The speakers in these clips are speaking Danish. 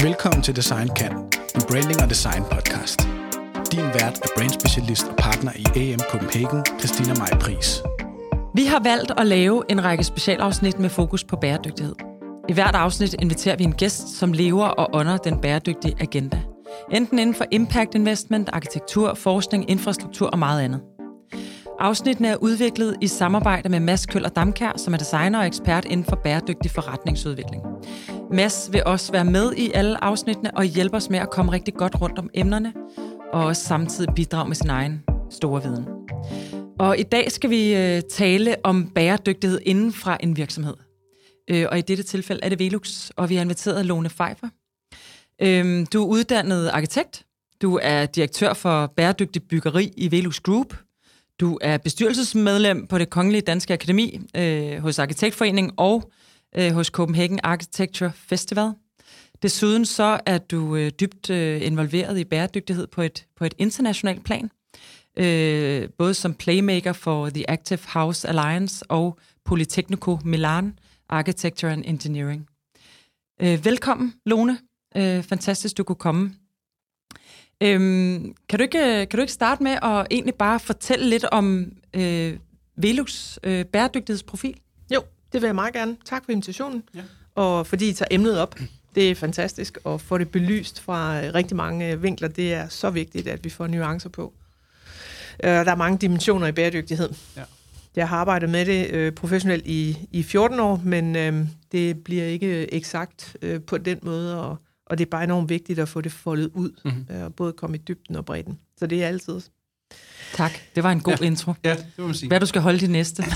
Velkommen til Design Kan, en branding og design podcast. Din vært er brandspecialist og partner i AM Copenhagen, Christina Maj Pris. Vi har valgt at lave en række specialafsnit med fokus på bæredygtighed. I hvert afsnit inviterer vi en gæst, som lever og ånder den bæredygtige agenda. Enten inden for impact investment, arkitektur, forskning, infrastruktur og meget andet. Afsnittene er udviklet i samarbejde med Mads Køller Damkjær, som er designer og ekspert inden for bæredygtig forretningsudvikling. Mads vil også være med i alle afsnittene og hjælpe os med at komme rigtig godt rundt om emnerne, og også samtidig bidrage med sin egen store viden. Og i dag skal vi tale om bæredygtighed inden fra en virksomhed. Og i dette tilfælde er det Velux, og vi har inviteret Lone Pfeiffer. Du er uddannet arkitekt. Du er direktør for bæredygtig byggeri i Velux Group. Du er bestyrelsesmedlem på Det Kongelige Danske Akademi hos Arkitektforeningen og hos Copenhagen Architecture Festival. Desuden så er du dybt involveret i bæredygtighed på et internationalt plan. Både som playmaker for The Active House Alliance og Politecnico Milan Architecture and Engineering. Velkommen, Lone. Fantastisk, du kunne komme. Kan du ikke starte med at egentlig bare fortælle lidt om Velux bæredygtighedsprofil? Jo, det vil jeg meget gerne. Tak for invitationen, og fordi I tager emnet op. Det er fantastisk at få det belyst fra rigtig mange vinkler. Det er så vigtigt, at vi får nuancer på. Der er mange dimensioner i bæredygtighed. Ja. Jeg har arbejdet med det professionelt i 14 år, men det bliver ikke eksakt på den måde, og det er bare enormt vigtigt at få det foldet ud, både komme i dybden og bredden. Så det er altid. Tak, det var en god intro. Ja, det må man sige. Hvad du skal holde de næste.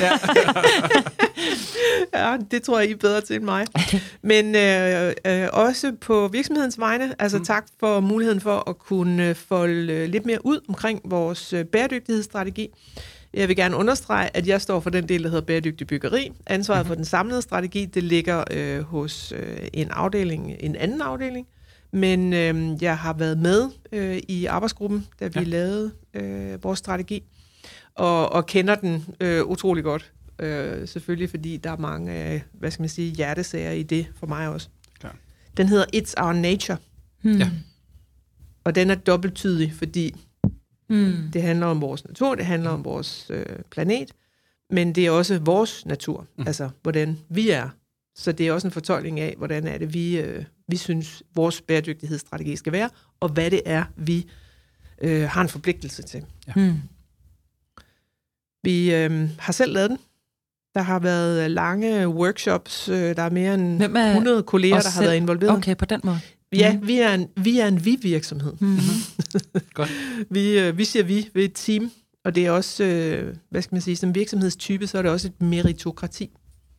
Ja, det tror jeg, I er bedre til end mig. Men også på virksomhedens vegne, altså tak for muligheden for at kunne folde lidt mere ud omkring vores bæredygtighedsstrategi. Jeg vil gerne understrege, at jeg står for den del, der hedder bæredygtig byggeri. Ansvaret for den samlede strategi, det ligger hos en anden afdeling. Men jeg har været med i arbejdsgruppen, da vi lavede vores strategi, og kender den utrolig godt. Selvfølgelig, fordi der er mange, hjertesager i det for mig også. Klar. Den hedder It's Our Nature. Ja. Og den er dobbelttydig, fordi det handler om vores natur, det handler om vores planet, men det er også vores natur, altså hvordan vi er. Så det er også en fortolkning af, hvordan er det, vi synes, vores bæredygtighedsstrategi skal være, og hvad det er, vi har en forpligtelse til. Ja. Vi har selv lavet den. Der har været lange workshops. Der er mere end 100 kolleger, der har været involveret. Okay, på den måde. Ja, vi er en vi-virksomhed. Godt. Vi siger vi ved et team, og det er også, som virksomhedstype, så er det også et meritokrati.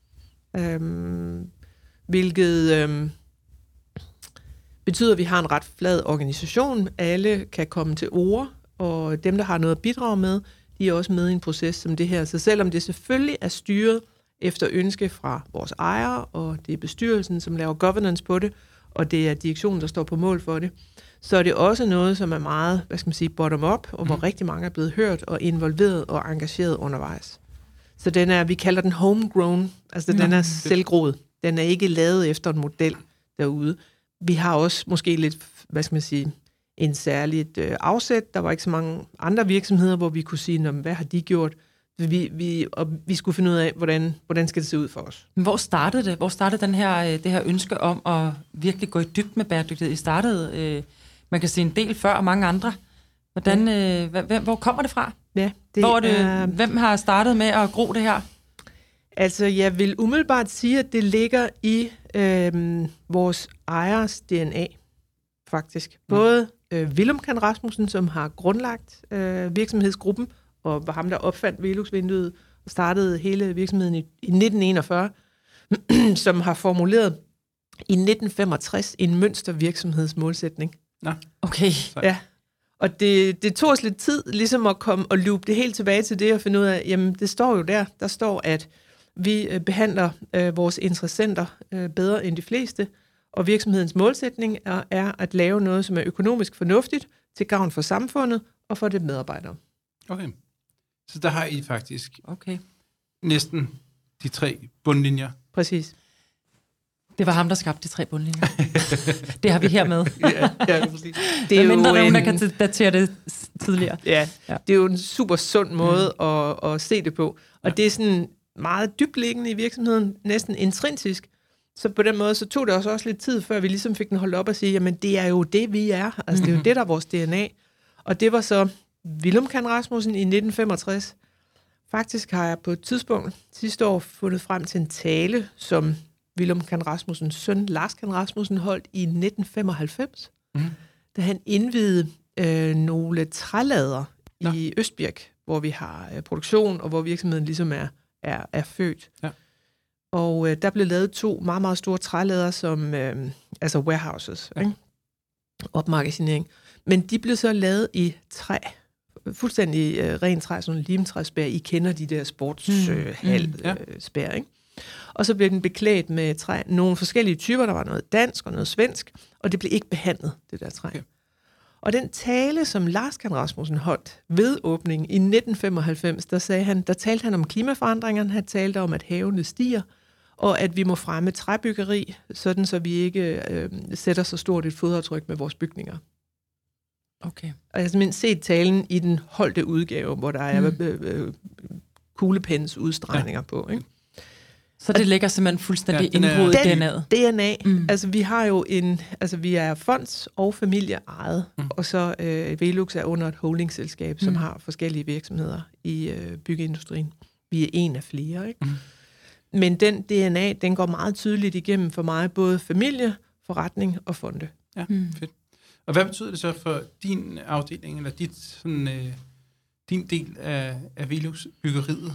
Hvilket betyder, at vi har en ret flad organisation. Alle kan komme til ord, og dem, der har noget at bidrage med, de er også med i en proces som det her. Så selvom det selvfølgelig er styret efter ønske fra vores ejere, og det er bestyrelsen, som laver governance på det, og det er direktionen, der står på mål for det, så er det også noget, som er meget, bottom-up, og hvor rigtig mange er blevet hørt og involveret og engageret undervejs. Så vi kalder den homegrown, altså den er selvgroet. Den er ikke lavet efter en model derude. Vi har også måske lidt, en særligt afsæt. Der var ikke så mange andre virksomheder, hvor vi kunne sige, hvad har de gjort? Vi skulle finde ud af, hvordan skal det se ud for os. Hvor startede det? Hvor startede det her ønske om at virkelig gå i dybden med bæredygtighed? I startede, man kan sige, en del før og mange andre. Hvor kommer det fra? Ja, hvem har startet med at gro det her? Altså, jeg vil umiddelbart sige, at det ligger i vores ejers DNA, faktisk. Både Willum Kan Rasmussen, som har grundlagt virksomhedsgruppen, og var ham, der opfandt Velux-vinduet og startede hele virksomheden i 1941, som har formuleret i 1965 en mønstervirksomhedsmålsætning. Nå, okay. Ja, og det tog os lidt tid ligesom at komme og loop det helt tilbage til det og finde ud af, jamen det står jo der. Der står, at vi behandler vores interessenter bedre end de fleste, og virksomhedens målsætning er at lave noget, som er økonomisk fornuftigt, til gavn for samfundet og for det medarbejdere. Okay. Så der har I faktisk næsten de 3 bundlinjer. Præcis. Det var ham, der skabte de 3 bundlinjer. Det har vi her med. Ja, præcis. Det er jo mindre nogen, der kan datere det tidligere. Ja, det er jo en super sund måde at se det på. Og det er sådan meget dybliggende i virksomheden, næsten intrinsisk. Så på den måde, så tog det også lidt tid, før vi ligesom fik den holdt op og sige, jamen det er jo det, vi er. Altså det er jo det, der er vores DNA. Og det var så Willum Kan Rasmussen i 1965. Faktisk har jeg på et tidspunkt sidste år fundet frem til en tale, som Willum Kan Rasmussens søn, Lars Kan Rasmussen, holdt i 1995, da han indvidede nogle trælader i Østbirk, hvor vi har produktion, og hvor virksomheden ligesom er født. Ja. Og der blev lavet 2 meget, meget store trælader, som altså warehouses, ikke? Opmagasinering. Men de blev så lavet i træ. Fuldstændig ren træ, sådan en limtræspær. I kender de der sportshal-spær, ikke? Og så blev den beklædt med træ. Nogle forskellige typer, der var noget dansk og noget svensk, og det blev ikke behandlet, det der træ. Okay. Og den tale, som Lars Kan Rasmussen holdt ved åbningen i 1995, der talte han om klimaforandringerne, han talte om, at havene stiger, og at vi må fremme træbyggeri, sådan så vi ikke sætter så stort et fodaftryk med vores bygninger. Okay. Og jeg har simpelthen set talen i den holdte udgave, hvor der er kuglepens udstregninger på, ikke? Så det ligger simpelthen fuldstændig indgroet i DNA. Altså vi har jo vi er fonds- og familieejet, og så Velux er under et holdingselskab, som har forskellige virksomheder i byggeindustrien. Vi er en af flere, ikke? Men den DNA, den går meget tydeligt igennem for mig, både familie, forretning og fonde. Ja, fedt. Og hvad betyder det så for din afdeling, eller din del af Velux-byggeriet?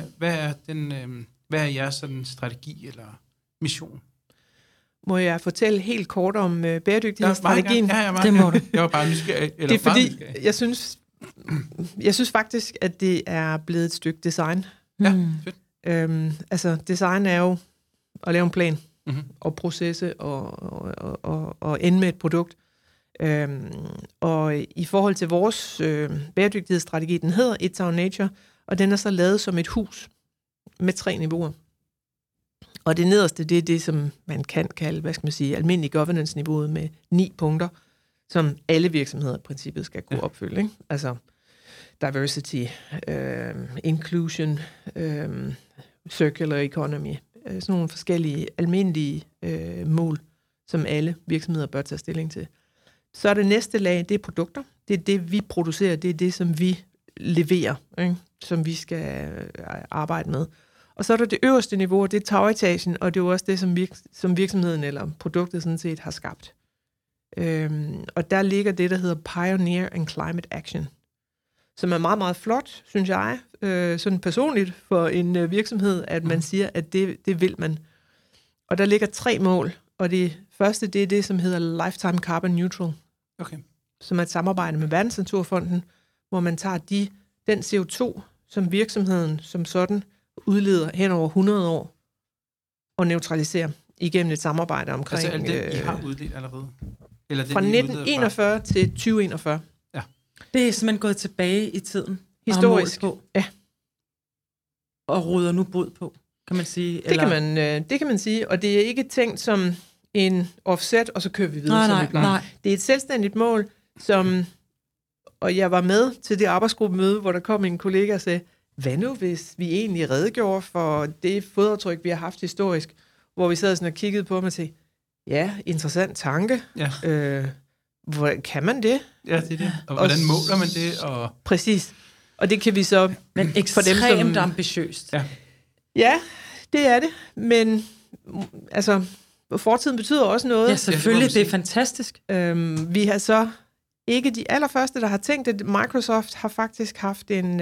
Hvad er jeres sådan strategi eller mission? Må jeg fortælle helt kort om bæredygtighedsstrategien? Ja, det må du. Jeg var bare nysgerrig. Det er fordi, jeg synes faktisk, at det er blevet et stykke design. Ja, fedt. Design er jo at lave en plan og processe og ende med et produkt. Og i forhold til vores bæredygtighedsstrategi, den hedder It's Our Nature, og den er så lavet som et hus med 3 niveauer. Og det nederste, det er det, som man kan kalde, almindelig governance-niveauet med 9 punkter, som alle virksomheder i princippet skal kunne opfylde, ikke? Altså diversity, inclusion, circular economy, sådan nogle forskellige almindelige mål, som alle virksomheder bør tage stilling til. Så er det næste lag, det er produkter. Det er det, vi producerer, det er det, som vi leverer, ikke? Som vi skal arbejde med. Og så er der det øverste niveau, det er tagetagen, og det er jo også det, som virksomheden eller produktet sådan set har skabt. Og der ligger det, der hedder Pioneer and Climate Action, som er meget, meget flot, synes jeg, sådan personligt for en virksomhed, at man siger, at det vil man. Og der ligger 3 mål, og det første, det er det, som hedder Lifetime Carbon Neutral, som er et samarbejde med Verdensnaturfonden, hvor man tager den CO2, som virksomheden som sådan udleder hen over 100 år, og neutraliserer igennem et samarbejde omkring... Altså alt det, I har udledt allerede? Eller fra 1941 til 2041. Ja. Det er simpelthen gået tilbage i tiden. Historisk. På. Ja. Og ruder nu bod på, kan man sige. Det kan man sige, og det er ikke tænkt som en offset, og så kører vi videre. Nej. Det er et selvstændigt mål, som... Og jeg var med til det arbejdsgruppemøde, hvor der kom en kollega og sagde, hvad nu hvis vi egentlig redegjorde for det fodaftryk, vi har haft historisk, hvor vi sad sådan og kiggede på mig og sagde, ja, interessant tanke. Ja. Hvordan kan man det? Ja, det er det. Og hvordan måler man det? Og... Præcis. Og det kan vi så... Men ekstremt ambitiøst. Ja, det er det. Men altså, fortiden betyder også noget. Ja, selvfølgelig. Det er fantastisk. Vi har så ikke de allerførste, der har tænkt det. Microsoft har faktisk haft en...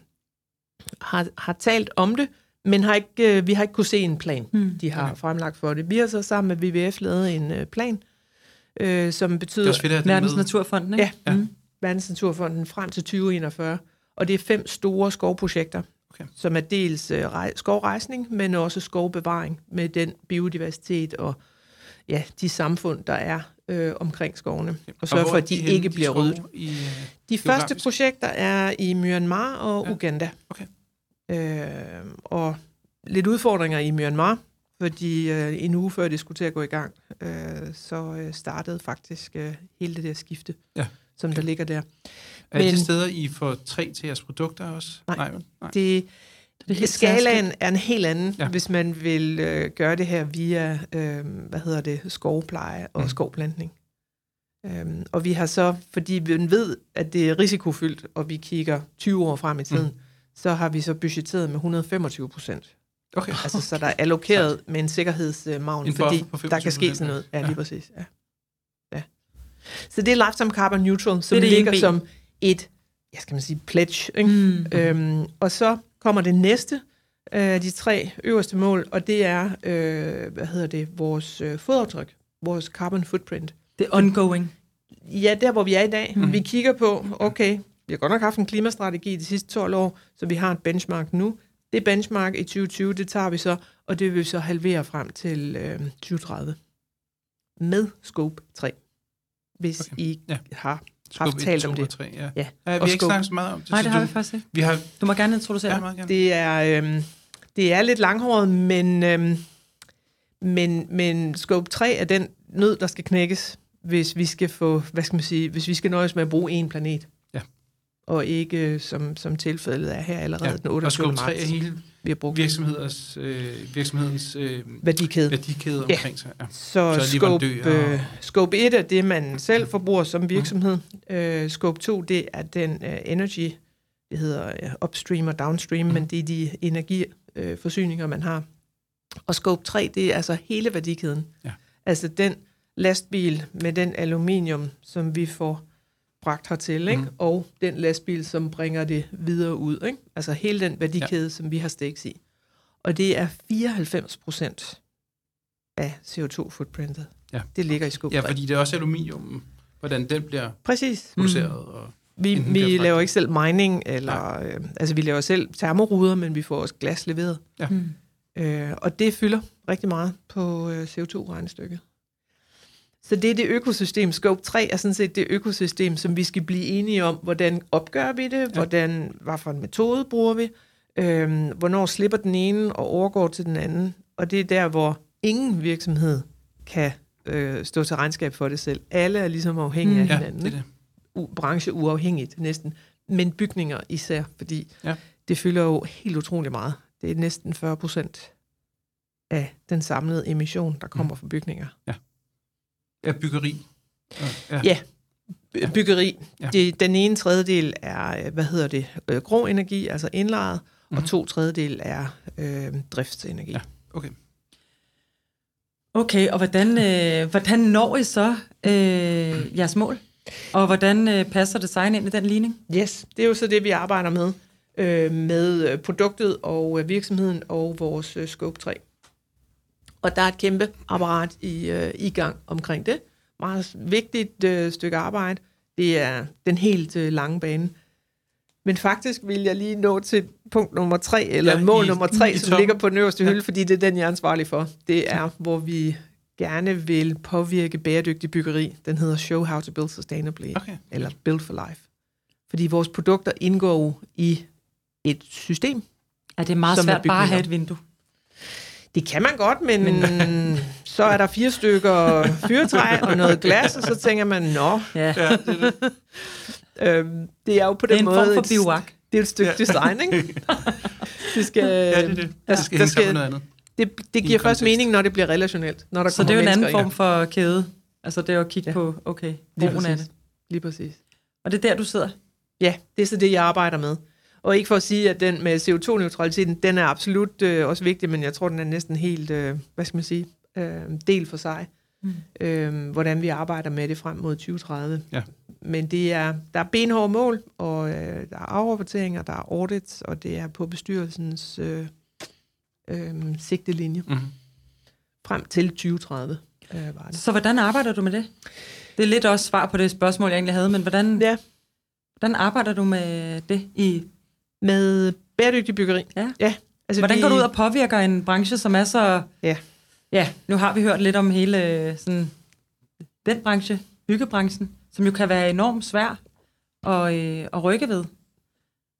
har talt om det, men vi har ikke kunne se en plan, de har fremlagt for det. Vi har så sammen med WWF lavet en plan, som betyder... Verdensnaturfonden, ikke? Ja, Verdensnaturfonden frem til 2041. Og det er 5 store skovprojekter, som er dels skovrejsning, men også skovbevaring med den biodiversitet og de samfund, der er omkring skovene. Og sørge for, at de ikke bliver ryddet. De første projekter er i Myanmar og Uganda. Okay. Og lidt udfordringer i Myanmar, fordi en uge før det skulle til at gå i gang, så startede faktisk hele det der skifte, som der ligger der. Er det steder, I får træ til jeres produkter også? Nej. Skalaen er en helt anden, hvis man vil gøre det her via, skovpleje og skovplantning. Og vi har så, fordi vi ved, at det er risikofyldt, og vi kigger 20 år frem i tiden, så har vi så budgetteret med 125%. Okay. Altså, så der er allokeret med en sikkerhedsmargin, fordi der kan ske sådan noget. Ja, lige præcis. Ja. Så det er lifetime carbon neutral, som det ligger som et, pledge. Ikke? Og så kommer det næste, de 3 øverste mål, og det er, vores fodaftryk, vores carbon footprint. Det er ongoing. Ja, der hvor vi er i dag. Vi kigger på, okay, vi har godt nok haft en klimastrategi de sidste 12 år, så vi har et benchmark nu. Det benchmark i 2020, det tager vi så, og det vil vi så halvere frem til 2030. Med Scope 3. Hvis I har haft talt om det. 3, ja. Vi har ikke snakket så meget om det. Nej, det har vi faktisk ikke. Du må gerne introducere det. Meget gerne. Det er lidt langhåret, men Scope 3 er den nød, der skal knækkes, hvis vi skal få, hvis vi skal nøjes med at bruge en planet. Ja. Og ikke, som tilfældet er her allerede den 28. marts. Og Scope 3 er hele virksomhedens værdikæde omkring sig. Ja. Så Scope 1 er det, man selv forbruger som virksomhed. Scope 2, det er den energy, det hedder upstream og downstream, men det er de energiforsyninger, man har. Og Scope 3, det er altså hele værdikæden. Ja. Altså den lastbil med den aluminium, som vi får bragt hertil, ikke? Og den lastbil, som bringer det videre ud. Ikke? Altså hele den værdikæde, som vi har stakes i. Og det er 94% af CO2-footprintet. Ja. Det ligger i Scope 3. Ja, fordi det er også aluminium, hvordan den bliver produceret. Og vi laver ikke selv mining, eller vi laver selv termoruder, men vi får også glas leveret. Ja. Og det fylder rigtig meget på CO2-regnestykket. Så det er det økosystem. Scope 3 er sådan set det økosystem, som vi skal blive enige om, hvordan opgør vi det, hvad for en metode bruger vi, hvornår slipper den ene og overgår til den anden. Og det er der, hvor ingen virksomhed kan stå til regnskab for det selv. Alle er ligesom afhængige af hinanden. Det er det. Branche uafhængigt næsten. Men bygninger især, fordi det fylder jo helt utrolig meget. Det er næsten 40% af den samlede emission, der kommer fra bygninger. Ja. Ja, byggeri. Byggeri. Ja. Den ene tredjedel er, grå energi, altså indlejet, og 2/3 er driftsenergi. Ja, okay. Okay, og hvordan når I så jeres mål? Og hvordan passer design ind i den ligning? Yes, det er jo så det, vi arbejder med produktet og virksomheden og vores Scope 3. Og der er et kæmpe apparat i gang omkring det. Meget vigtigt stykke arbejde. Det er den helt lange bane. Men faktisk vil jeg lige nå til punkt nummer 3, eller mål nummer 3, som ligger på den øverste hylde, fordi det er den, jeg er ansvarlig for. Det er, hvor vi gerne vil påvirke bæredygtig byggeri. Den hedder Show How to Build Sustainably, eller Build for Life. Fordi vores produkter indgår i et system. Er det meget svært bare at have et vindue? Det kan man godt, men så er der 4 stykker fyrretræ og noget glas, og så tænker man, det er jo på den måde... Det er en form for bivak. Det er et stykke design, ikke? Det skal... Det skal hænge sammen med noget andet. Det giver først mening, når det bliver relationelt. Når der så det er jo en anden form for kæde. Altså det er at kigge på, brugen af det. Lige præcis. Og det er der, du sidder? Ja, det er så det, jeg arbejder med. Og ikke for at sige, at den med CO2-neutraliteten, den er absolut også vigtig, men jeg tror, den er næsten helt, del for sig. Hvordan vi arbejder med det frem mod 2030. Ja. Men der er benhårde mål, og der er afrapporteringer, der er audits, og det er på bestyrelsens sigtelinje. Frem til 2030 var det. Så hvordan arbejder du med det? Det er lidt også svar på det spørgsmål, jeg egentlig havde, men hvordan arbejder du med det med bæredygtig byggeri? Ja. Altså hvordan går du ud og påvirker en branche, som er så... Ja, nu har vi hørt lidt om hele sådan, den branche, byggebranchen, som jo kan være enormt svær at rykke ved.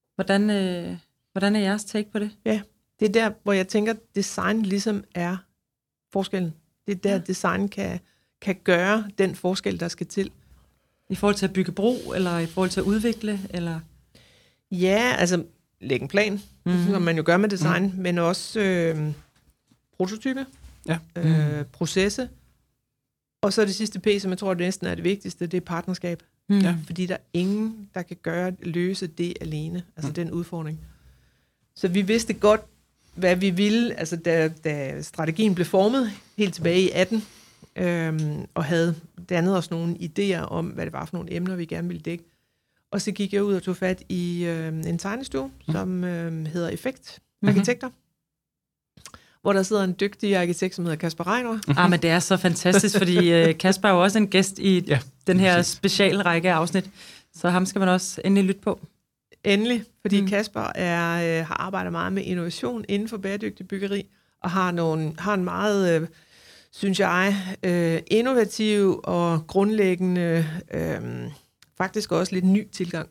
Hvordan er jeres take på det? Ja, det er der, hvor jeg tænker, design ligesom er forskellen. Det er der, design kan gøre den forskel, der skal til. I forhold til at bygge bro, eller i forhold til at udvikle, eller? Ja, altså lægge en plan, som man jo gør med design, men også prototype, processe. Og så det sidste P, som jeg tror, det næsten er det vigtigste, det er partnerskab. Ja. Fordi der er ingen, der kan løse det alene, altså den udfordring. Så vi vidste godt, hvad vi ville, altså da strategien blev formet helt tilbage i 18, og havde dannet os nogle idéer om, hvad det var for nogle emner, vi gerne ville dække. Og så gik jeg ud og tog fat i en tegnestue, som hedder Effekt Arkitekter, hvor der sidder en dygtig arkitekt, som hedder Kasper Reiner. Men det er så fantastisk, fordi Kasper er jo også en gæst i den her specialrække af afsnit, så ham skal man også endelig lytte på. Endelig, fordi Kasper har arbejdet meget med innovation inden for bæredygtig byggeri, og har en meget, synes jeg, innovativ og grundlæggende, faktisk også lidt ny tilgang.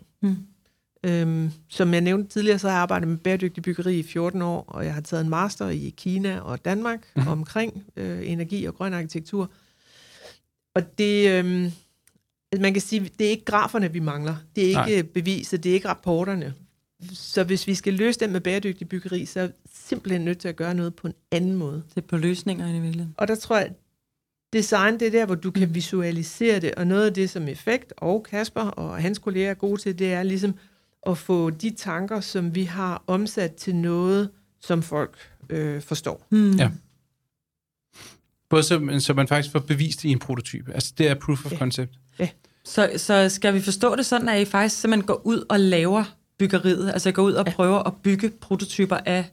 Som jeg nævnte tidligere, så har jeg arbejdet med bæredygtig byggeri i 14 år, og jeg har taget en master i Kina og Danmark omkring energi og grøn arkitektur. Og det, man kan sige, det er ikke graferne, vi mangler. Det er ikke beviset, det er ikke rapporterne. Så hvis vi skal løse det med bæredygtig byggeri, så er vi simpelthen nødt til at gøre noget på en anden måde. Det er på løsninger i virkeligheden. Og der tror jeg, design, det er der, hvor du kan visualisere det, og noget af det, som Effekt og Kasper og hans kolleger er gode til, det er ligesom at få de tanker, som vi har omsat til noget, som folk forstår. Ja. Både så man faktisk får bevist i en prototype. Altså det er proof of concept. Ja. Så skal vi forstå det sådan, at I faktisk simpelthen går ud og laver byggeriet, altså går ud og prøver at bygge prototyper af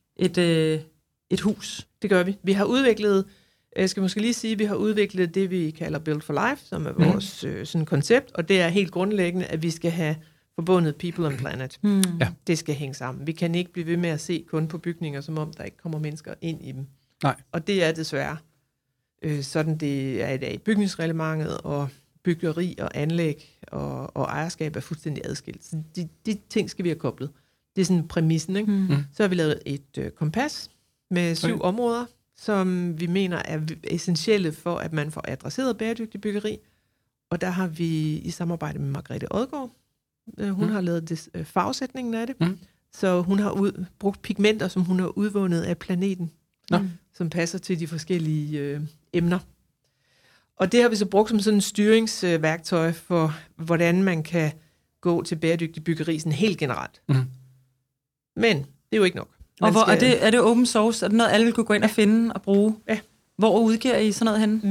et hus? Det gør vi. Vi har udviklet, jeg skal måske lige sige, vi har udviklet det, vi kalder Build for Life, som er vores sådan koncept, og det er helt grundlæggende, at vi skal have forbundet people and planet. Ja. Det skal hænge sammen. Vi kan ikke blive ved med at se kun på bygninger, som om der ikke kommer mennesker ind i dem. Nej. Og det er desværre sådan, det er i dag. Bygningsreglementet og byggeri og anlæg og ejerskab er fuldstændig adskilt. Så de ting skal vi have koblet. Det er sådan præmissen, ikke? Så har vi lavet et kompas med 7 områder, som vi mener er essentielle for, at man får adresseret bæredygtig byggeri. Og der har vi i samarbejde med Margrethe Odgaard, hun har lavet farvesætningen af det, så hun har brugt pigmenter, som hun har udvundet af planeten, som passer til de forskellige emner. Og det har vi så brugt som sådan en styringsværktøj for, hvordan man kan gå til bæredygtig byggeri sådan helt generelt. Men det er jo ikke nok. Og er det open source? Er det noget, alle vil kunne gå ind og finde og bruge? Ja. Hvor udgiver I sådan noget henne?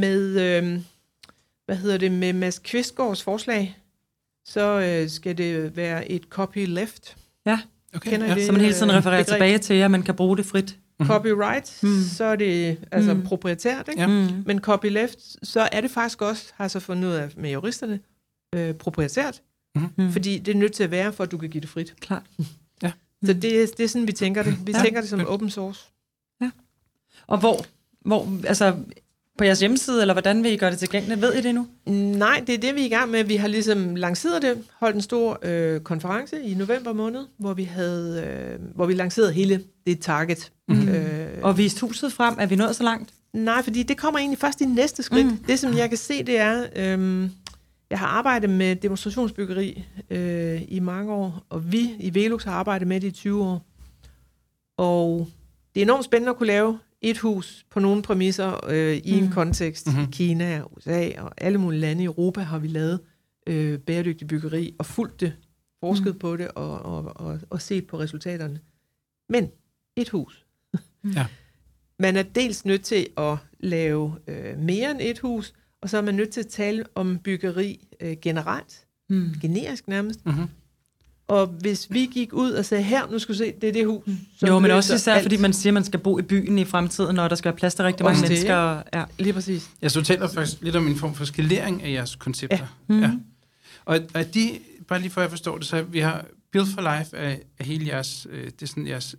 Med, med Mads Kvistgaards forslag, så skal det være et copyleft. Ja, okay. Så man hele tiden refererer tilbage til, at man kan bruge det frit. Copyright, så er det altså proprietært, ikke? Men copyleft, så er det faktisk også, har jeg så fundet ud af med juristerne, proprietært. Fordi det er nødt til at være, for at du kan give det frit. Klart. Ja. Så det er sådan, vi tænker det. Vi tænker det som open source. Ja. Og hvor, altså på jeres hjemmeside, eller hvordan vil I gøre det tilgængeligt? Ved I det nu? Nej, det er det, vi er i gang med. Vi har ligesom lanceret det, holdt en stor konference i november måned, hvor vi lancerede hele det target. Og viste huset frem. Er vi nået så langt? Nej, fordi det kommer egentlig først i næste skridt. Det, som jeg kan se, det er, jeg har arbejdet med demonstrationsbyggeri i mange år, og vi i Velux har arbejdet med det i 20 år. Og det er enormt spændende at kunne lave et hus på nogle præmisser i en kontekst. I Kina og USA og alle mulige lande i Europa har vi lavet bæredygtig byggeri og fulgt det, forsket på det og set på resultaterne. Men et hus. Man er dels nødt til at lave mere end et hus, og så er man nødt til at tale om byggeri generelt, generisk nærmest. Og hvis vi gik ud og sagde, her, nu skal du se, det er det hus. Jo, men også især, fordi man siger, at man skal bo i byen i fremtiden, og der skal være plads til rigtig mange mennesker. Ja, lige præcis. Ja, så taler faktisk lidt om en form for skalering af jeres koncepter. Ja. Og de, bare lige for at jeg forstår det, så vi har Build for Life af hele jeres, det er sådan jeres,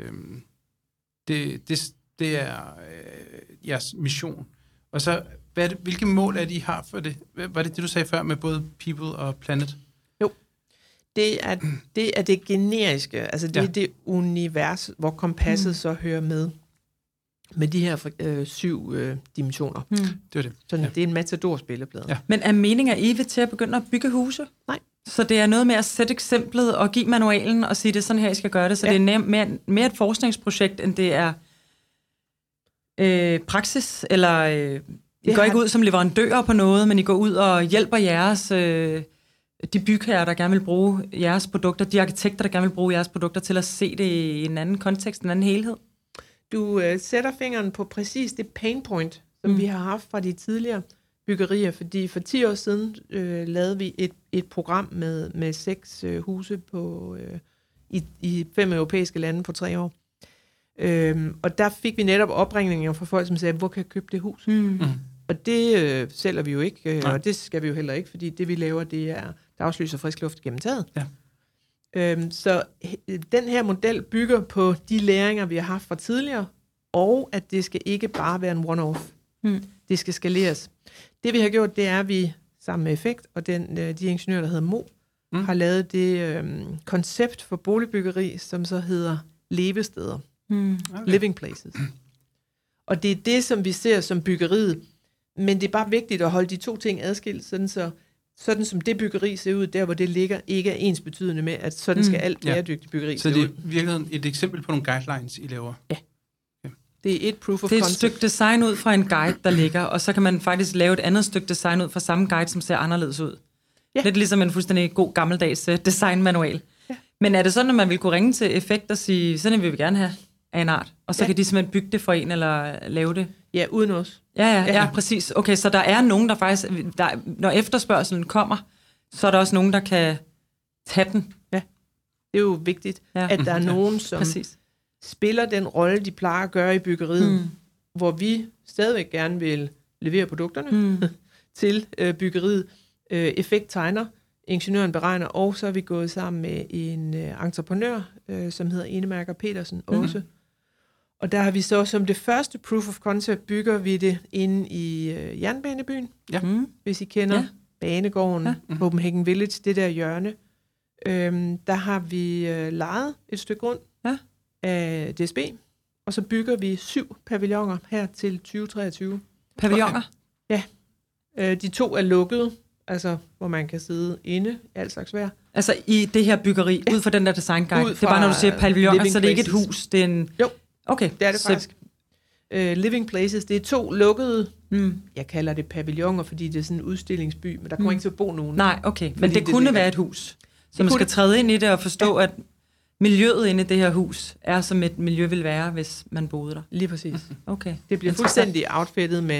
det er jeres mission. Og så, hvilke mål er det, I har for det? Var det du sagde før med både people og planet? Jo. Det er det generiske, altså det er det univers, hvor kompasset så hører med. med de her 7 dimensioner. Det var det. Så det er en Matador-spilleplade. Ja. Men er meningen, at I vil til at begynde at bygge huse? Nej. Så det er noget med at sætte eksemplet og give manualen og sige, det er sådan her, I skal gøre det. Så det er mere et forskningsprojekt, end det er praksis, eller I går ikke ud som leverandører på noget, men I går ud og hjælper jeres, de bygherrer, der gerne vil bruge jeres produkter, de arkitekter, der gerne vil bruge jeres produkter, til at se det i en anden kontekst, en anden helhed. Du sætter fingeren på præcis det pain point, som vi har haft fra de tidligere byggerier, fordi for 10 år siden lavede vi et program med 6 huse i 5 europæiske lande på 3 år. Og der fik vi netop opringninger fra folk, som sagde, hvor kan jeg købe det hus? Og det sælger vi jo ikke, og det skal vi jo heller ikke, fordi det vi laver, det er dagslyser frisk luft gennem taget. Ja. Så den her model bygger på de læringer, vi har haft fra tidligere, og at det skal ikke bare være en one-off. Det skal skaleres. Det vi har gjort, det er, at vi sammen med Effekt og de ingeniører, der hedder Mo, har lavet det koncept for boligbyggeri, som så hedder levesteder. Living places. Og det er det, som vi ser som byggeriet. Men det er bare vigtigt at holde de 2 ting adskilt, sådan som det byggeri ser ud, der hvor det ligger, ikke er ensbetydende med, at sådan skal alt bæredygtigt byggeri se ud. Så det er virkelig et eksempel på nogle guidelines, I laver? Ja. Det er et proof of concept. concept. Det er et stykke design ud fra en guide, der ligger, og så kan man faktisk lave et andet stykke design ud fra samme guide, som ser anderledes ud. Ja. Lidt ligesom en fuldstændig god gammeldags designmanual. Ja. Men er det sådan, at man vil kunne ringe til Effekt og sige, sådan vil vi gerne have af en art, og så kan de simpelthen bygge det for en, eller lave det? Ja, uden os. Ja, præcis. Okay, så der er nogen, der faktisk, når efterspørgselen kommer, så er der også nogen, der kan tage den. Ja, det er jo vigtigt, at der er nogen, som spiller den rolle, de plejer at gøre i byggeriet, hvor vi stadigvæk gerne vil levere produkterne til byggeriet. Effekt tegner, ingeniøren beregner, og så er vi gået sammen med en entreprenør, som hedder Enemærker Petersen også. Og der har vi så som det første proof of concept, bygger vi det inde i Jernbanebyen. Ja. Hvis I kender Banegården, Copenhagen Village, det der hjørne. Der har vi lejet et stykke grund af DSB, og så bygger vi 7 pavilloner her til 2023. Pavilloner? Ja. De 2 er lukkede, altså hvor man kan sidde inde, alt slags vejr. Altså i det her byggeri, ud fra den der design guide. Det er bare, når du siger pavilloner, så det er ikke et hus, det er en... Jo. Okay. Det er det faktisk. Living places, det er 2 lukkede, jeg kalder det pavilloner, fordi det er sådan en udstillingsby, men der kommer ikke til at bo nogen. Nej, okay. Men det kunne være et hus. Så man skal træde ind i det og forstå, at miljøet inde i det her hus er, som et miljø vil være, hvis man boede der. Lige præcis. Okay. Det bliver fuldstændig outfittet med,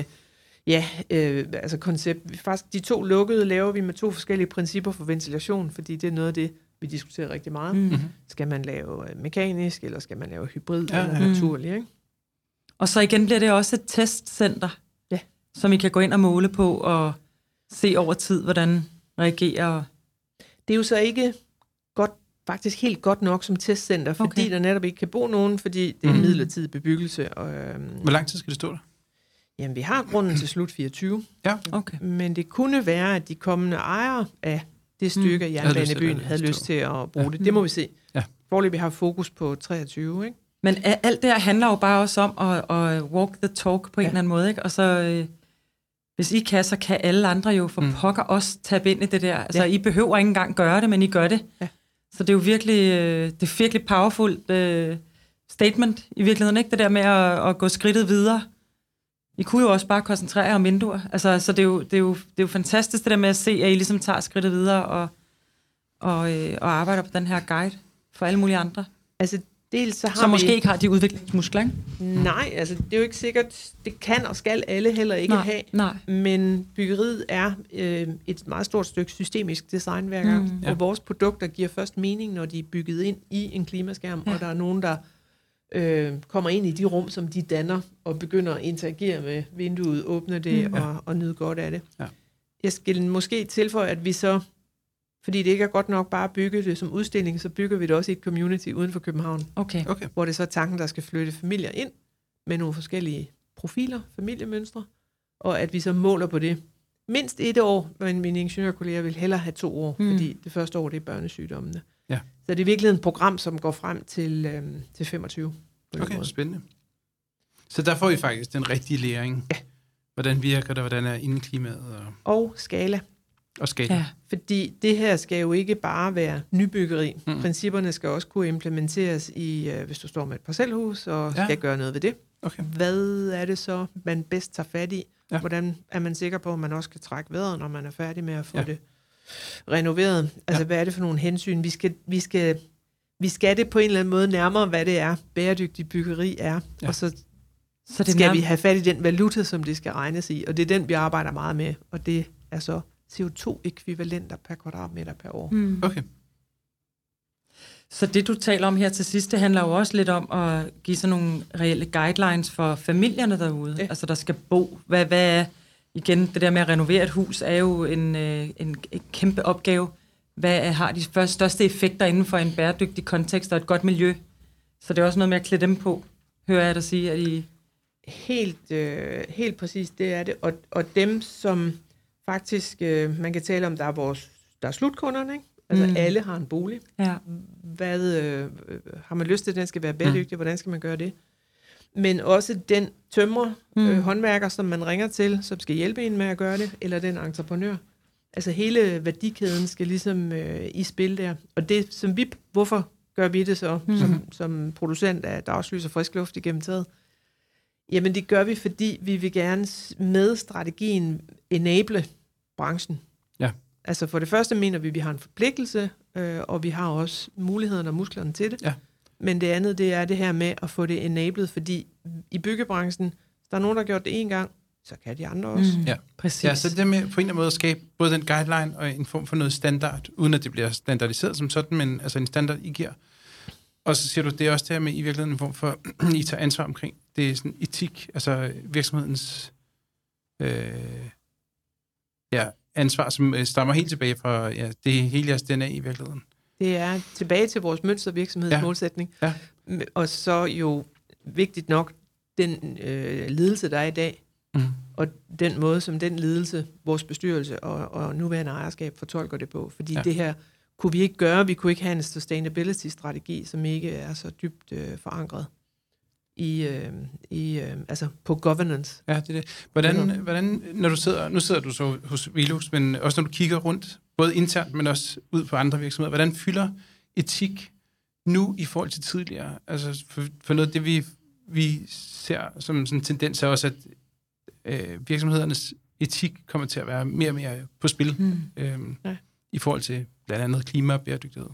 altså koncept. Faktisk de 2 lukkede laver vi med 2 forskellige principper for ventilation, fordi det er noget af det, vi diskuterer rigtig meget. Skal man lave mekanisk, eller skal man lave hybrid, eller naturlig, ikke? Og så igen bliver det også et testcenter, som I kan gå ind og måle på, og se over tid, hvordan reagerer. Det er jo så ikke faktisk helt godt nok som testcenter, fordi der netop ikke kan bo nogen, fordi det er en midlertidig bebyggelse. Og, hvor lang tid skal det stå der? Jamen, vi har grunden til slut 24. Ja, okay. Men det kunne være, at de kommende ejere af det stykke af Jernbanebyen havde lyst til at bruge det. Det må vi se. Ja. Foreløbig har fokus på 23, ikke? Men alt det her handler jo bare også om at walk the talk på en eller anden måde, ikke? Og så, hvis I kan, så kan alle andre jo for pokker også tabe ind i det der. Altså, I behøver ikke engang gøre det, men I gør det. Ja. Så det er jo virkelig powerful statement i virkeligheden, ikke? Det der med at gå skridtet videre. I kunne jo også bare koncentrere jer om vinduer. Altså, så det er jo fantastisk det der med at se, at I ligesom tager skridtet videre og arbejder på den her guide for alle mulige andre. Altså, dels så har som måske ikke har de udviklingsmuskler, ikke? Nej, altså det er jo ikke sikkert, det kan og skal alle heller ikke have. Nej. Men byggeriet er et meget stort stykke systemisk designværk, og vores produkter giver først mening, når de er bygget ind i en klimaskærm, og der er nogen, der kommer ind i de rum, som de danner, og begynder at interagere med vinduet, åbne det og nyde godt af det. Ja. Jeg skal måske tilføje, at vi så, fordi det ikke er godt nok bare at bygge det som udstilling, så bygger vi det også i et community uden for København. Okay. Hvor det så er tanken, der skal flytte familier ind med nogle forskellige profiler, familiemønstre, og at vi så måler på det. Mindst 1 år, men mine ingeniørkolleger vil hellere have 2 år, fordi det første år, det er børnesygdommene. Ja. Så det er virkelig et program, som går frem til 25. Okay, spændende. Så der får I faktisk den rigtige læring. Ja. Hvordan virker det, hvordan er indeklimaet? Og skala. Og skala. Ja. Fordi det her skal jo ikke bare være nybyggeri. Principperne skal også kunne implementeres i, hvis du står med et parcelhus og skal gøre noget ved det. Okay. Hvad er det så, man bedst tager fat i? Ja. Hvordan er man sikker på, at man også kan trække vejret, når man er færdig med at få det renoveret? Altså, hvad er det for nogle hensyn? Vi skal det på en eller anden måde nærmere, hvad det er, bæredygtig byggeri er. Ja. Og så det skal vi have fat i den valuta, som det skal regnes i. Og det er den, vi arbejder meget med. Og det er så CO2-ekvivalenter per kvadratmeter per år. Okay. Så det, du taler om her til sidst, det handler jo også lidt om at give sådan nogle reelle guidelines for familierne derude. Ja. Altså, der skal bo. Hvad er, igen, det der med at renovere et hus, er jo en kæmpe opgave. Hvad har de største effekter inden for en bæredygtig kontekst og et godt miljø? Så det er også noget med at klæde dem på, hører jeg dig sige, at I... Helt præcis, det er det. Og dem, som faktisk, man kan tale om, der er slutkunderne, ikke? Altså alle har en bolig. Ja. Hvad har man lyst til, at den skal være bæredygtig? Hvordan skal man gøre det? Men også den tømrer, håndværker, som man ringer til, som skal hjælpe en med at gøre det, eller den entreprenør. Altså hele værdikæden skal ligesom i spil der. Og det, som hvorfor gør vi det så, som producent af dagslys og frisk luft igennem taget? Jamen det gør vi, fordi vi vil gerne med strategien enable branchen. Ja. Altså for det første mener vi har en forpligtelse, og vi har også mulighederne og musklerne til det. Ja. Men det andet, det er det her med at få det enabled, fordi i byggebranchen, hvis der er nogen, der har gjort det en gang, så kan de andre også. Ja, præcis. Ja, så det med på en eller anden måde at skabe både den guideline og en form for noget standard, uden at det bliver standardiseret som sådan, men altså en standard, I giver. Og så siger du, det er også det her med i virkeligheden en form for, I tager ansvar omkring, det er sådan etik, altså virksomhedens ansvar, som stammer helt tilbage fra, det er hele jeres DNA i virkeligheden. Det er tilbage til vores mønstervirksomhedsmålsætning. Ja. Og så jo vigtigt nok, den ledelse, der er i dag, og den måde, som den ledelse, vores bestyrelse og nuværende ejerskab fortolker det på. Fordi det her kunne vi ikke gøre. Vi kunne ikke have en sustainability-strategi, som ikke er så dybt forankret altså på governance. Ja, det er det. Hvordan når du nu sidder du så hos Velux, men også når du kigger rundt, både internt, men også ud på andre virksomheder, hvordan fylder etik nu i forhold til tidligere? Altså for noget af det, vi ser som sådan en tendens, er også, at virksomhedernes etik kommer til at være mere og mere på spil i forhold til blandt andet klima og bæredygtighed.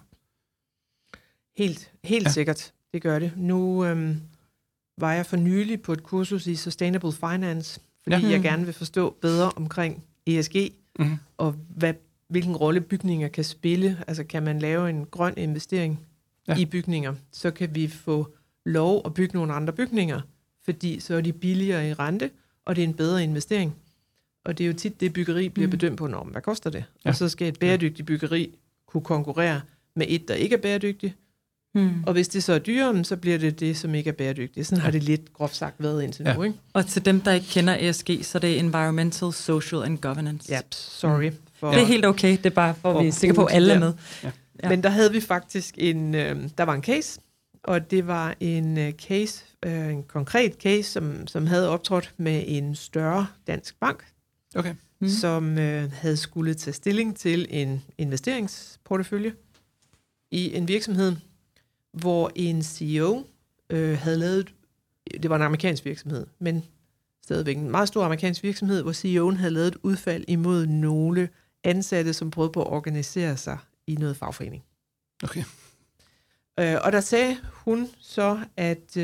Helt sikkert, det gør det. Nu var jeg for nylig på et kursus i Sustainable Finance, fordi jeg gerne vil forstå bedre omkring ESG, og hvilken rolle bygninger kan spille. Altså kan man lave en grøn investering i bygninger, så kan vi få lov at bygge nogle andre bygninger, fordi så er de billigere i rente, og det er en bedre investering. Og det er jo tit, det byggeri bliver bedømt på normen. Hvad koster det? Ja. Og så skal et bæredygtigt byggeri kunne konkurrere med et, der ikke er bæredygtigt. Og hvis det så er dyrere, så bliver det, som ikke er bæredygtigt. Sådan har det lidt groft sagt været indtil nu. Ikke? Og til dem, der ikke kender ESG, så det er Environmental, Social and Governance. Ja, sorry. Det er helt okay. Det er bare for, at vi er sikre på, at alle er med. Ja. Men der havde vi faktisk der var en case, og det var en case, en konkret case, som havde optrådt med en større dansk bank, som havde skulle tage stilling til en investeringsportefølje i en virksomhed, hvor en CEO havde lavet, det var en amerikansk virksomhed, men stadigvæk en meget stor amerikansk virksomhed, hvor CEO'en havde lavet et udfald imod nogle ansatte, som prøvede på at organisere sig i noget fagforening. Okay. Og der sagde hun så, at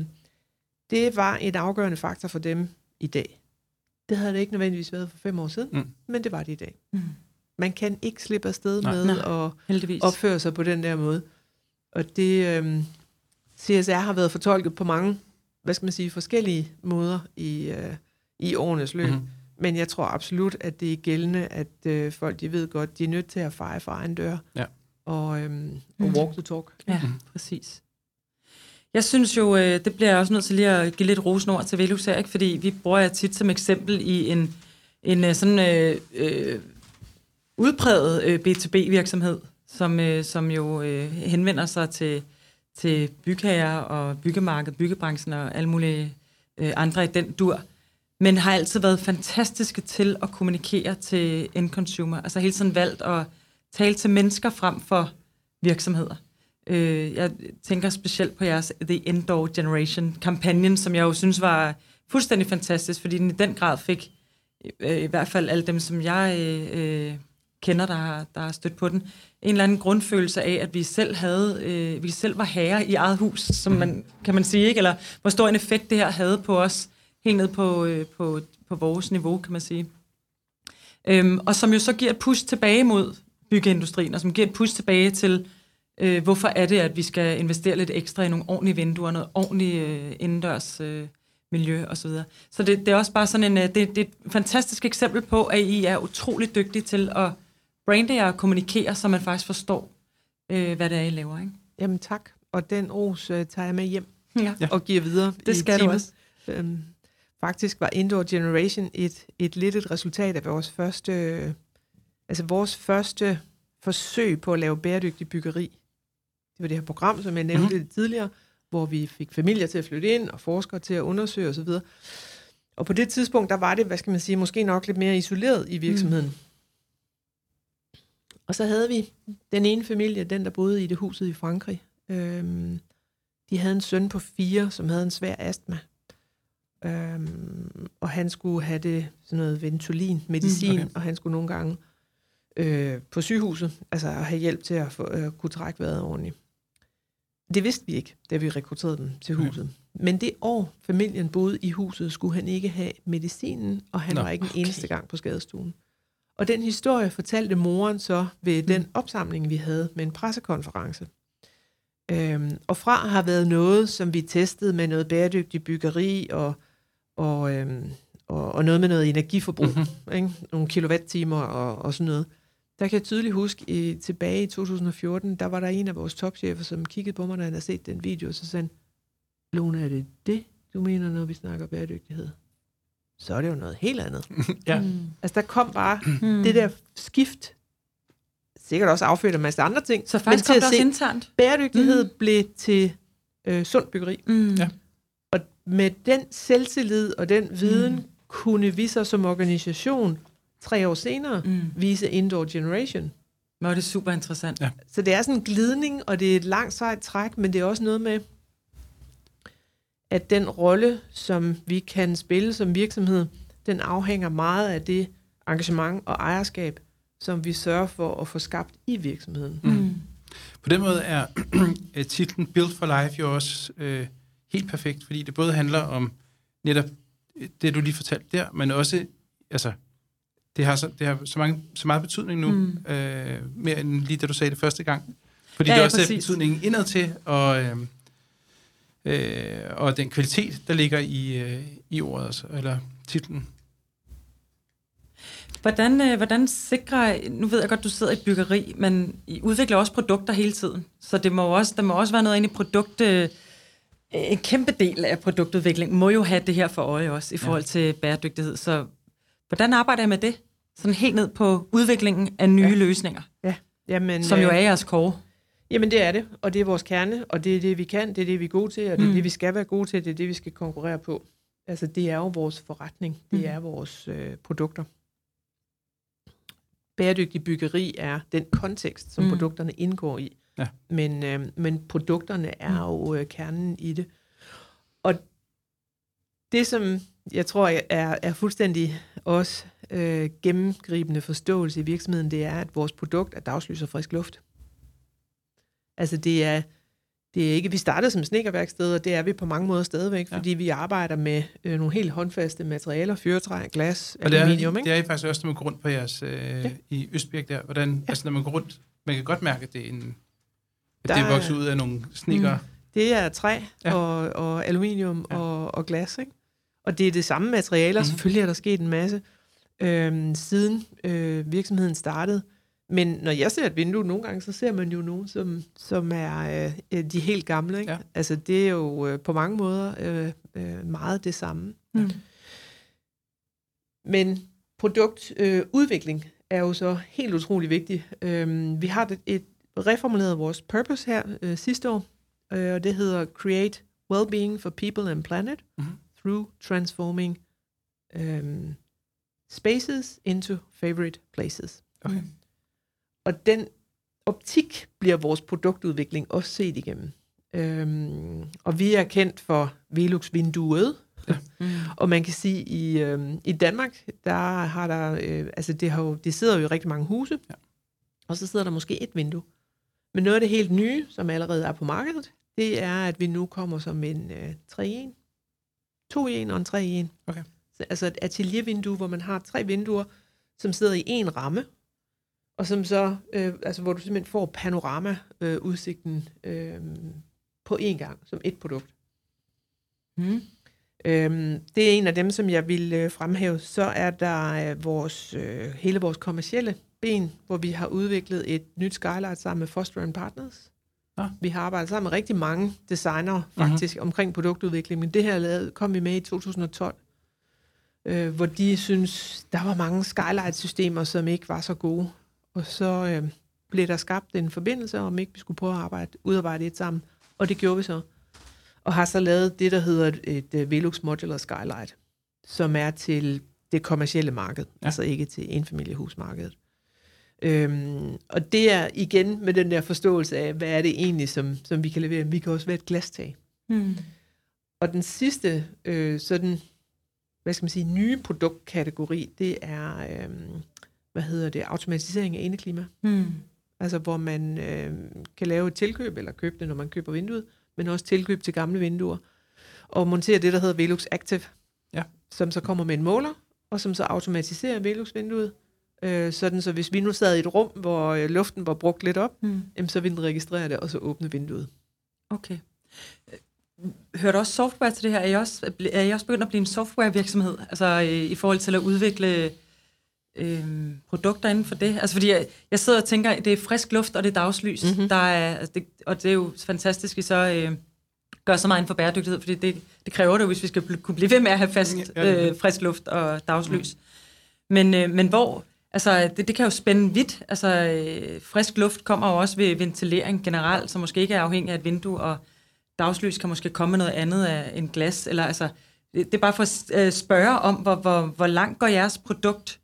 det var et afgørende faktor for dem i dag. Det havde det ikke nødvendigvis været for 5 år siden, men det var det i dag. Man kan ikke slippe afsted med at opføre sig på den der måde. Og det CSR har været fortolket på mange, forskellige måder i årenes løb. Men jeg tror absolut, at det er gældende, at folk, de ved godt, de er nødt til at feje for egen dør. Ja. Og walk the talk. Ja, præcis. Jeg synes jo, det bliver jeg også nødt til lige at give lidt rosenord til Velux her, ikke? Fordi vi bruger jer tit som eksempel i en sådan udpræget B2B-virksomhed, som jo henvender sig til bygherrer og byggemarked, byggebranchen og alle mulige andre i den dur, men har altid været fantastiske til at kommunikere til end consumer. Altså hele tiden valgt at tale til mennesker frem for virksomheder. Jeg tænker specielt på jeres The Indoor Generation-kampagnen, som jeg jo synes var fuldstændig fantastisk, fordi den i den grad fik, i hvert fald alle dem, som jeg kender, der har stødt på den, en eller anden grundfølelse af, at vi selv var herre i eget hus, som man, kan man sige, ikke? Eller hvor stor en effekt det her havde på os, helt ned på vores niveau, kan man sige. Og som jo så giver et push tilbage mod byggeindustrien, og som giver et push tilbage til, hvorfor er det, at vi skal investere lidt ekstra i nogle ordentlige vinduer, noget ordentligt indendørs miljø osv. Så det er også bare sådan det er et fantastisk eksempel på, at I er utrolig dygtige til at brande jer og kommunikere, så man faktisk forstår, hvad det er, I laver, ikke? Jamen tak, og den ros tager jeg med hjem og giver videre. Det skal du også. Faktisk var Indoor Generation et resultat af vores første forsøg på at lave bæredygtig byggeri. Det var det her program, som jeg nævnte lidt tidligere, hvor vi fik familier til at flytte ind, og forskere til at undersøge osv. Og på det tidspunkt, der var det, måske nok lidt mere isoleret i virksomheden. Og så havde vi den ene familie, den der boede i det huset i Frankrig. De havde en søn på 4, som havde en svær astma. Og han skulle have det sådan noget Ventolin, medicin, og han skulle nogle gange på sygehuset, altså at have hjælp til at kunne trække vejret ordentligt. Det vidste vi ikke, da vi rekrutterede dem til huset. Men det år, familien boede i huset, skulle han ikke have medicinen, og han var ikke en eneste gang på skadestuen. Og den historie fortalte moren så ved den opsamling, vi havde med en pressekonference. Og fra har været noget, som vi testede med noget bæredygtig byggeri og noget med noget energiforbrug, ikke? Nogle kilowattimer og sådan noget. Der kan jeg tydeligt huske, tilbage i 2014, der var der en af vores topchefer, som kiggede på mig, når han havde set den video, og så sagde han, Lone, er det, du mener, når vi snakker bæredygtighed? Så er det jo noget helt andet. Altså, der kom bare det der skift, sikkert også affødt af en masse andre ting. Så faktisk kom det også internt. Bæredygtighed blev til sundt byggeri. Og med den selvtillid og den viden, kunne vi så som organisation 3 år senere vise Indoor Generation. Nå, det er super interessant. Ja. Så det er sådan en glidning, og det er et langt sejt træk, men det er også noget med, at den rolle, som vi kan spille som virksomhed, den afhænger meget af det engagement og ejerskab, som vi sørger for at få skabt i virksomheden. På den måde er titlen Build for Life jo også helt perfekt, fordi det både handler om netop det, du lige fortalte der, men også, altså, det har så meget betydning nu, mere end lige da du sagde det første gang. Fordi det også er betydningen indad til, og den kvalitet, der ligger i ordet, altså, eller titlen. Hvordan sikrer, nu ved jeg godt, du sidder i byggeri, men I udvikler også produkter hele tiden, så der må også være noget inde i produktet. En kæmpe del af produktudviklingen må jo have det her for øje også, i forhold til bæredygtighed. Så hvordan arbejder I med det? Sådan helt ned på udviklingen af nye løsninger, som jo er jeres core. Jamen det er det, og det er vores kerne, og det er det, vi kan, det er det, vi er gode til, og det er det, vi skal være gode til, det er det, vi skal konkurrere på. Altså det er jo vores forretning, det er vores produkter. Bæredygtig byggeri er den kontekst, som produkterne indgår i. Ja. Men produkterne er jo kernen i det. Og det, som jeg tror er fuldstændig også gennemgribende forståelse i virksomheden, det er, at vores produkt er dagslys og frisk luft. Altså det er ikke, vi startede som snedkerværksted, og det er vi på mange måder stadigvæk, fordi vi arbejder med nogle helt håndfaste materialer, fyrretræ, glas, aluminium. Det er I faktisk også, når man går rundt på jeres i Østbirk der. Hvordan, altså når man går rundt, man kan godt mærke, at det er vokset ud af nogle snedker. Det er træ og aluminium og glas, ikke? Og det er det samme materialer. Selvfølgelig er der sket en masse siden virksomheden startede. Men når jeg ser et vindue nogle gange, så ser man jo nogen, som er de helt gamle. Ikke? Ja. Altså det er jo på mange måder meget det samme. Men produktudvikling er jo så helt utrolig vigtigt. Vi har reformuleret vores purpose her sidste år, og det hedder Create Wellbeing for People and Planet through transforming spaces into favorite places. Okay. Og den optik bliver vores produktudvikling også set igennem. Og vi er kendt for Velux-vinduet. Ja. Og man kan sige, i Danmark, der har der, det sidder jo i rigtig mange huse, og så sidder der måske et vindue. Men noget af det helt nye, som allerede er på markedet, det er, at vi nu kommer som en 3-1, 2-1 og en 3-1. Okay. Altså et ateliervindue, hvor man har 3 vinduer, som sidder i en ramme, og som så, hvor du simpelthen får panorama-udsigten på én gang, som et produkt. Det er en af dem, som jeg vil fremhæve. Så er der hele vores kommercielle ben, hvor vi har udviklet et nyt skylight sammen med Foster & Partners. Ja. Vi har arbejdet sammen med rigtig mange designere faktisk omkring produktudvikling, men det her kom vi med i 2012, hvor de synes, der var mange skylight-systemer, som ikke var så gode. Og så blev der skabt en forbindelse, om ikke vi skulle prøve at udarbejde et sammen. Og det gjorde vi så. Og har så lavet det, der hedder et Velux Modular Skylight, som er til det kommercielle marked, altså ikke til enfamiliehusmarkedet. Og det er igen med den der forståelse af, hvad er det egentlig, som vi kan levere. Vi kan også være et glastag. Og den sidste nye produktkategori, det er automatisering af indeklima. Altså hvor man kan lave et tilkøb, eller købe det, når man køber vinduet, men også tilkøb til gamle vinduer, og montere det, der hedder Velux Active, som så kommer med en måler, og som så automatiserer Velux-vinduet, sådan så hvis vi nu sad i et rum, hvor luften var brugt lidt op, så vil den registrere det, og så åbne vinduet. Okay. Hører du også software til det her? Er I også begyndt at blive en softwarevirksomhed, altså i forhold til at udvikle produkter inden for det? Altså fordi jeg sidder og tænker, det er frisk luft, og det er dagslys. Og det er jo fantastisk, vi så gør så meget inden for bæredygtighed, fordi det kræver det jo, hvis vi skal kunne blive ved med at have frisk luft og dagslys. Men hvor, altså det kan jo spænde vidt. Altså frisk luft kommer jo også ved ventilering generelt, som måske ikke er afhængig af et vindue, og dagslys kan måske komme med noget andet af en glas, eller altså, det er bare for at spørge om, hvor langt går jeres produkt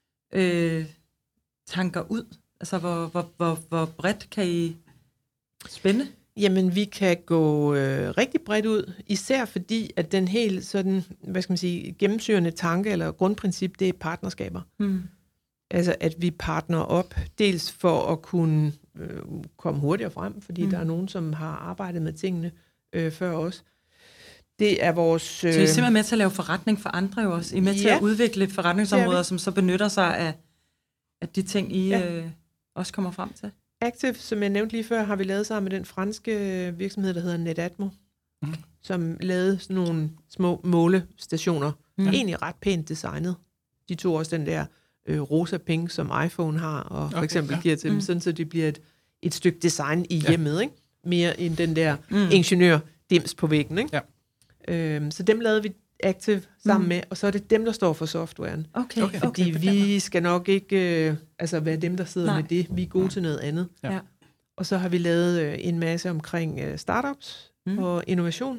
tanker ud? Altså, hvor bredt kan I spænde? Jamen, vi kan gå rigtig bredt ud, især fordi, at den helt sådan, gennemsyrende tanke eller grundprincip, det er partnerskaber. Altså, at vi partner op, dels for at kunne komme hurtigere frem, fordi der er nogen, som har arbejdet med tingene før os. Det er vores... Så I er simpelthen med til at lave forretning for andre jo også. I er med til at udvikle forretningsområder, som så benytter sig af de ting, I også kommer frem til. Active, som jeg nævnte lige før, har vi lavet sammen med den franske virksomhed, der hedder Netatmo, som lavede sådan nogle små målestationer. Egentlig ret pænt designet. De tog også den der rosa pink, som iPhone har, og for eksempel giver til dem, sådan så det bliver et stykke design i hjemmet, ikke? Mere end den der ingeniør-dims på væggen, ikke? Ja. Så dem lavede vi Active sammen med, og så er det dem, der står for softwaren. Fordi vi skal nok ikke være dem, der sidder med det. Vi er gode til noget andet. Ja. Og så har vi lavet en masse omkring startups og innovation,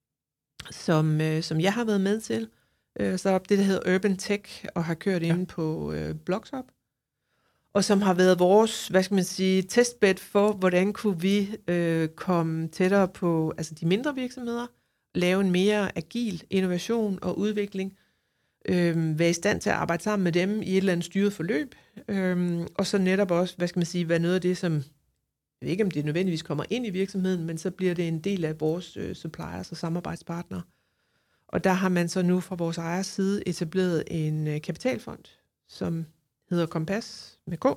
som jeg har været med til. Startup, det der hedder Urban Tech, og har kørt inde på Blogshop, og som har været vores, testbed for, hvordan kunne vi komme tættere på de mindre virksomheder, lave en mere agil innovation og udvikling, være i stand til at arbejde sammen med dem i et eller andet styret forløb, og så netop også, være noget af det, som, jeg ved ikke, om det nødvendigvis kommer ind i virksomheden, men så bliver det en del af vores suppliers og samarbejdspartnere. Og der har man så nu fra vores ejers side etableret en kapitalfond, som hedder Kompas med K,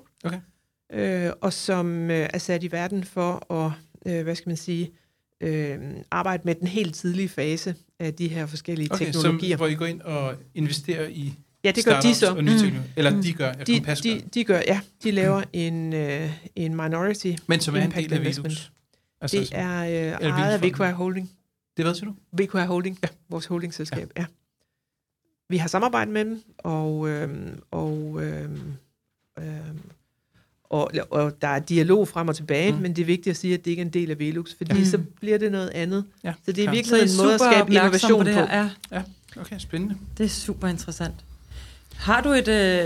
og som er sat i verden for at, arbejde med den helt tidlige fase af de her forskellige teknologier. Hvor I går ind og investerer i det gør de så. Og nye teknologier. Eller de gør, Kompas gør. De gør, ja. De laver en minority men som er en del af Velux. Altså, det er ejet af VQR Holding. Det ved du? VQR Holding, vores holdingselskab, ja. Vi har samarbejdet med dem, og der er dialog frem og tilbage, men det er vigtigt at sige, at det ikke er en del af Velux, fordi så bliver det noget andet. Ja. Så det er virkelig en måde at skabe innovation på. Okay, spændende. Det er super interessant. Har du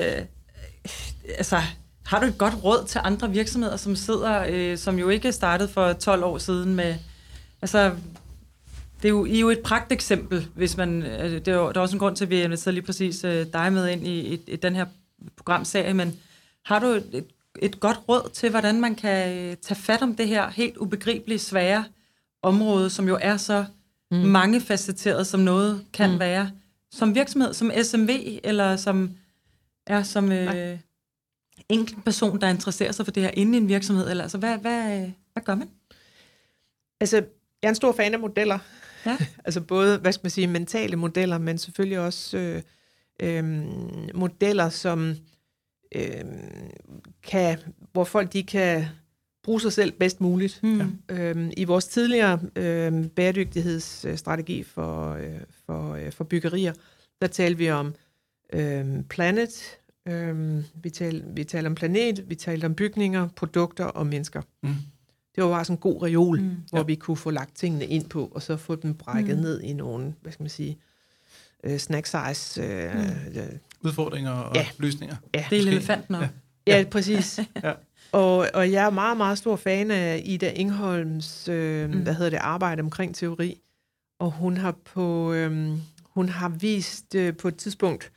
har du et godt råd til andre virksomheder, som sidder, som jo ikke startede for 12 år siden med, altså, I er jo et pragteksempel, hvis man, der er også en grund til, at vi inviterer lige præcis dig med ind i den her programserie, men har du et godt råd til, hvordan man kan tage fat om det her helt ubegribeligt svære område, som jo er så mangefacetteret, som noget kan være, som virksomhed, som SMV, eller som enkelt person, der interesserer sig for det her inde i en virksomhed, eller altså, hvad gør man? Altså, jeg er en stor fan af modeller. Ja. Altså både, hvad skal man sige, mentale modeller, men selvfølgelig også modeller, som hvor folk de kan bruge sig selv bedst muligt. I vores tidligere bæredygtighedsstrategi for byggerier, der talte vi om planet, vi talte om planet, vi talte om bygninger, produkter og mennesker. Det var bare sådan en god reol, hvor vi kunne få lagt tingene ind på, og så få dem brækket ned i nogle, hvad skal man sige, snack size udfordringer og løsninger. Ja. Det er elefanten op. Ja, præcis. Ja. Og jeg er meget, meget stor fan af Ida Engholms arbejde omkring teori, og hun har vist på et tidspunkt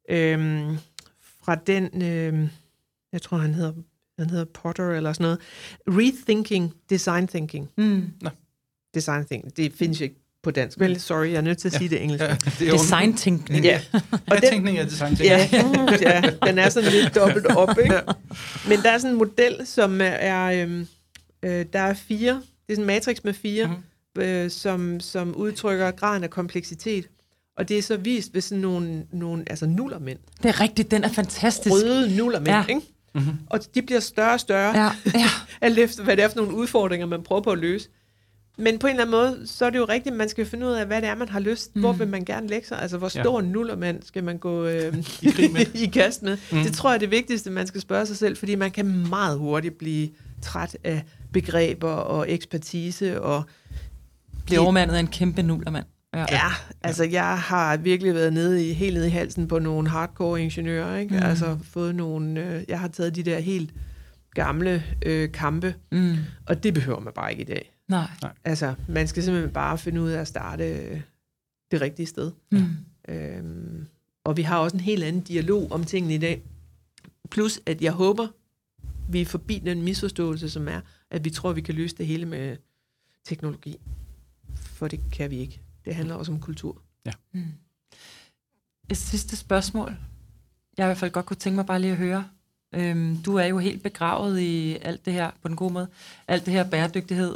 fra den, jeg tror han hedder Potter eller sådan noget, rethinking design thinking. Design thinking, det findes ikke på dansk. Vel, sorry, jeg er nødt til at sige det engelsk. Design thinking. Ja. Og tænkning er design thinking. Ja, den er sådan lidt dobbelt op, ikke? Men der er sådan en model, som er, der er 4, det er sådan en matrix med 4, som udtrykker graden af kompleksitet. Og det er så vist ved sådan nogle altså nullermænd. Det er rigtigt, den er fantastisk. Røde nullermænd, ikke? Og de bliver større og større, alt efter hvad det er for nogle udfordringer, man prøver på at løse. Men på en eller anden måde, så er det jo rigtigt, man skal finde ud af, hvad det er, man har lyst. Hvor vil man gerne lægge sig? Altså, hvor stor en nullermand skal man gå i kast med? Det tror jeg er det vigtigste, man skal spørge sig selv, fordi man kan meget hurtigt blive træt af begreber og ekspertise. Og blive overmandet af en kæmpe nullermand. Ja, altså jeg har virkelig været helt nede i halsen på nogle hardcore ingeniører, ikke? Altså fået nogle, jeg har taget de der helt gamle kampe, og det behøver man bare ikke i dag. Nej. Altså, man skal simpelthen bare finde ud af at starte det rigtige sted. Og vi har også en helt anden dialog om tingene i dag. Plus, at jeg håber, vi er forbi den misforståelse, som er, at vi tror, vi kan løse det hele med teknologi. For det kan vi ikke. Det handler også om kultur. Ja. Et sidste spørgsmål. Jeg i hvert fald godt kunne tænke mig bare lige at høre. Du er jo helt begravet i alt det her, på den gode måde, alt det her bæredygtighed,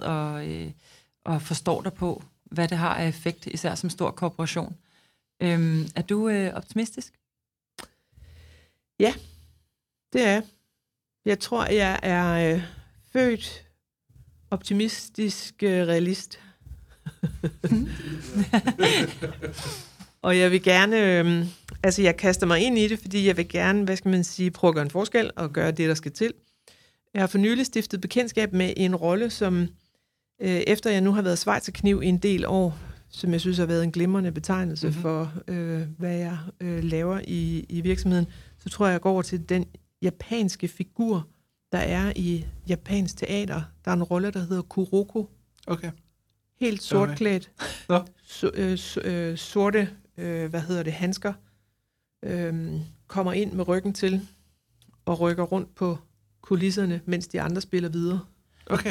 og forstår dig på, hvad det har af effekt, især som stor korporation. Er du optimistisk? Ja, det er jeg. Jeg tror, jeg er født optimistisk realist. Og jeg vil gerne, jeg kaster mig ind i det, fordi jeg vil gerne, prøve at gøre en forskel og gøre det, der skal til. Jeg har for nylig stiftet bekendtskab med en rolle, som efter jeg nu har været schweizerkniv i en del år, som jeg synes har været en glimrende betegnelse for, hvad jeg laver i virksomheden, så tror jeg går over til den japanske figur, der er i japansk teater. Der er en rolle, der hedder Kuroko. Okay. Helt sortklædt. Sorte, handsker. Kommer ind med ryggen til og rykker rundt på kulisserne, mens de andre spiller videre. Okay.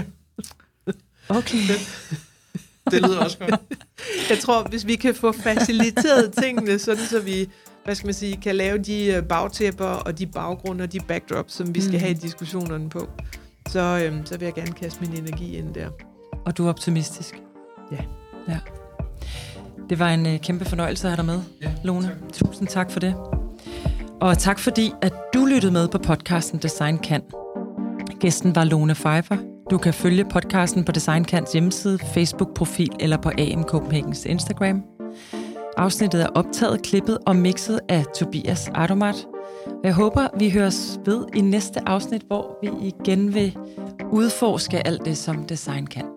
Det lyder også godt. Jeg tror, hvis vi kan få faciliteret tingene, sådan så vi, kan lave de bagtæpper og de baggrunde og de backdrops, som vi skal have diskussionerne på, så vil jeg gerne kaste min energi ind der. Og du er optimistisk? Ja. Det var en kæmpe fornøjelse at have dig med, Lone. Tak. Tusind tak for det. Og tak fordi, at du lyttede med på podcasten Design Kan. Gæsten var Lone Pfeiffer. Du kan følge podcasten på Design Kans hjemmeside, Facebook-profil eller på AM Copenhagens Instagram. Afsnittet er optaget, klippet og mixet af Tobias Ardomat. Jeg håber, vi høres ved i næste afsnit, hvor vi igen vil udforske alt det, som design kan.